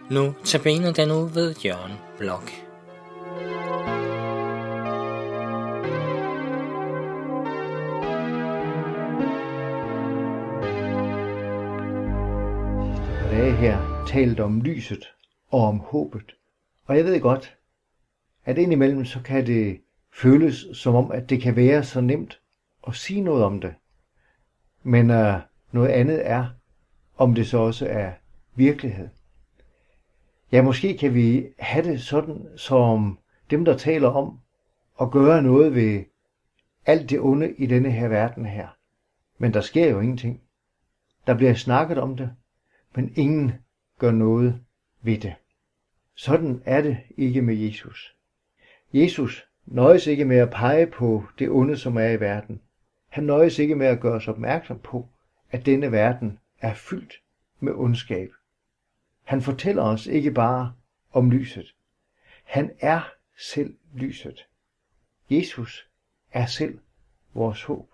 Nu tabiner den ud ved Jørgen Blok. Dage her talt om lyset og om håbet. Og jeg ved godt, at indimellem så kan det føles som om, at det kan være så nemt at sige noget om det. Men noget andet er, om det så også er virkelighed. Ja, måske kan vi have det sådan, som dem, der taler om at gøre noget ved alt det onde i denne her verden her. Men der sker jo ingenting. Der bliver snakket om det, men ingen gør noget ved det. Sådan er det ikke med Jesus. Jesus nøjes ikke med at pege på det onde, som er i verden. Han nøjes ikke med at gøre os opmærksom på, at denne verden er fyldt med ondskab. Han fortæller os ikke bare om lyset. Han er selv lyset. Jesus er selv vores håb.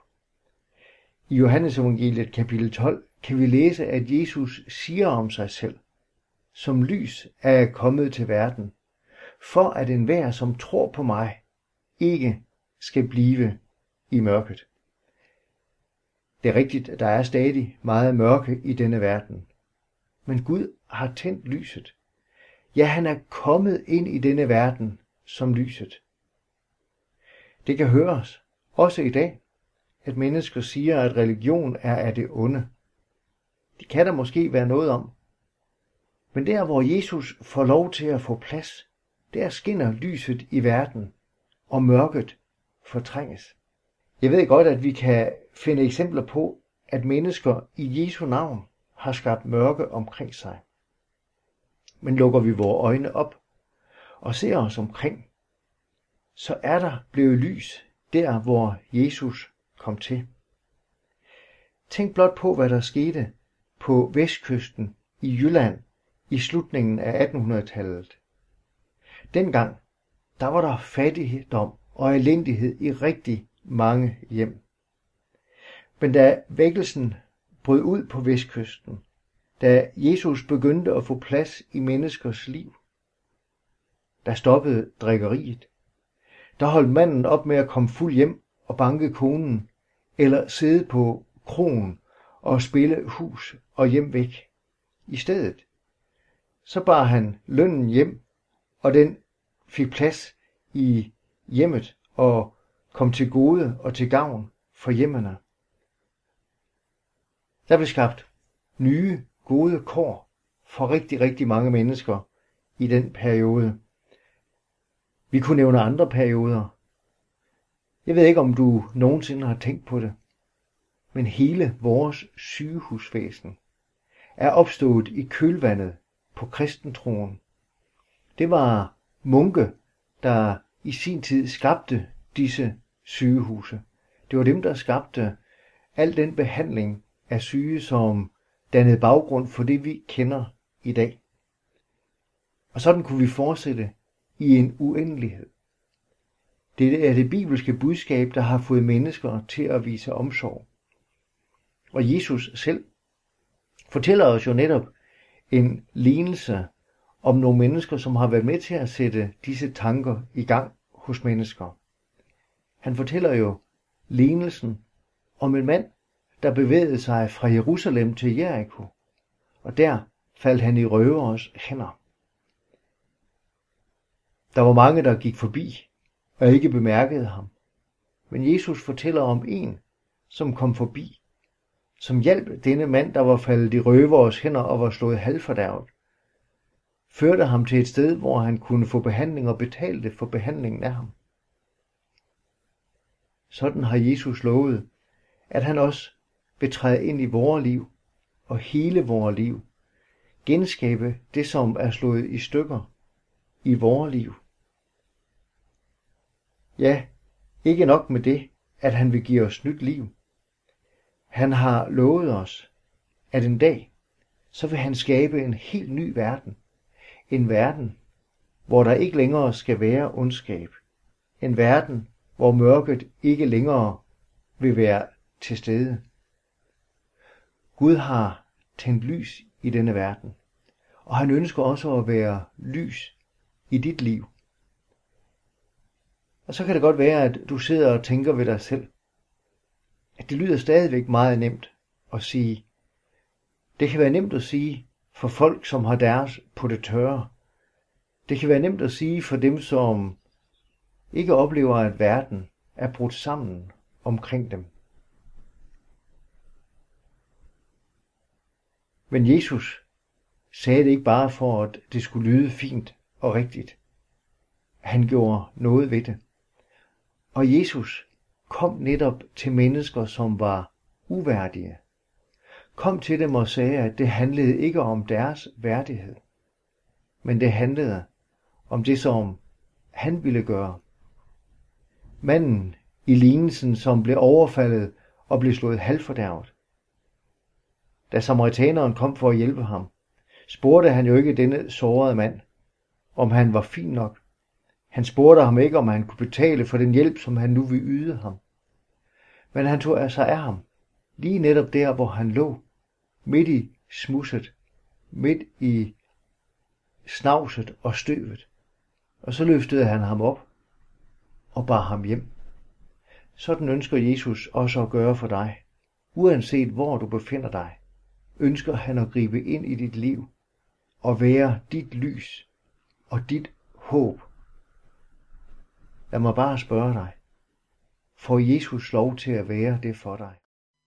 I Johannes evangeliet kapitel 12 kan vi læse, at Jesus siger om sig selv: som lys er jeg kommet til verden, for at enhver, som tror på mig, ikke skal blive i mørket. Det er rigtigt, at der er stadig meget mørke i denne verden. Men Gud har tændt lyset. Ja, han er kommet ind i denne verden som lyset. Det kan høres, også i dag, at mennesker siger, at religion er af det onde. Det kan der måske være noget om. Men der, hvor Jesus får lov til at få plads, der skinner lyset i verden, og mørket fortrænges. Jeg ved godt, at vi kan finde eksempler på, at mennesker i Jesu navn har skabt mørke omkring sig. Men lukker vi vores øjne op og ser os omkring, så er der blevet lys der, hvor Jesus kom til. Tænk blot på, hvad der skete på vestkysten i Jylland i slutningen af 1800-tallet. Dengang, der var der fattigdom og elendighed i rigtig mange hjem. Men da vækkelsen brød ud på vestkysten, da Jesus begyndte at få plads i menneskers liv, der stoppede drikkeriet. Der holdt manden op med at komme fuld hjem og banke konen, eller sidde på kroen og spille hus og hjem væk. I stedet, så bar han lønnen hjem, og den fik plads i hjemmet og kom til gode og til gavn for hjemmene. Der blev skabt nye, gode kår for rigtig mange mennesker i den periode. Vi kunne nævne andre perioder. Jeg ved ikke, om du nogensinde har tænkt på det, men hele vores sygehusvæsen er opstået i kølvandet på kristentroen. Det var munke, der i sin tid skabte disse sygehuse. Det var dem, der skabte al den behandling af syge, som dannede baggrund for det, vi kender i dag. Og sådan kunne vi fortsætte i en uendelighed. Det er det bibelske budskab, der har fået mennesker til at vise omsorg. Og Jesus selv fortæller os jo netop en lignelse om nogle mennesker, som har været med til at sætte disse tanker i gang hos mennesker. Han fortæller jo lignelsen om en mand, der bevægede sig fra Jerusalem til Jericho, og der faldt han i røveres hænder. Der var mange, der gik forbi og ikke bemærkede ham. Men Jesus fortæller om en, som kom forbi, som hjalp denne mand, der var faldet i røveres hænder og var slået halvfordærvet, førte ham til et sted, hvor han kunne få behandling og betalte for behandlingen af ham. Sådan har Jesus lovet, at han også vil træde ind i vores liv og hele vores liv, genskabe det, som er slået i stykker i vores liv. Ja, ikke nok med det, at han vil give os nyt liv. Han har lovet os, at en dag, så vil han skabe en helt ny verden. En verden, hvor der ikke længere skal være ondskab. En verden, hvor mørket ikke længere vil være til stede. Gud har tændt lys i denne verden, Og han ønsker også at være lys i dit liv. Og så kan det godt være, at du sidder og tænker ved dig selv, at det lyder stadigvæk meget nemt at sige. Det kan være nemt at sige for folk, som har deres på det tørre. Det kan være nemt at sige for dem, som ikke oplever, at verden er brudt sammen omkring dem. Men Jesus sagde det ikke bare for, at det skulle lyde fint og rigtigt. Han gjorde noget ved det. Og Jesus kom netop til mennesker, som var uværdige. Kom til dem og sagde, at det handlede ikke om deres værdighed, men det handlede om det, som han ville gøre. Manden i lignelsen, som blev overfaldet og blev slået halvfordærvet. Da samaritaneren kom for at hjælpe ham, spurgte han jo ikke denne sårede mand, om han var fin nok. Han spurgte ham ikke, om han kunne betale for den hjælp, som han nu ville yde ham. Men han tog altså af ham, lige netop der, hvor han lå, midt i smudset, midt i snavset og støvet. Og så løftede han ham op og bar ham hjem. Sådan ønsker Jesus også at gøre for dig. Uanset hvor du befinder dig, ønsker han at gribe ind i dit liv og være dit lys og dit håb. Lad mig bare spørge dig. Får Jesus lov til at være det for dig?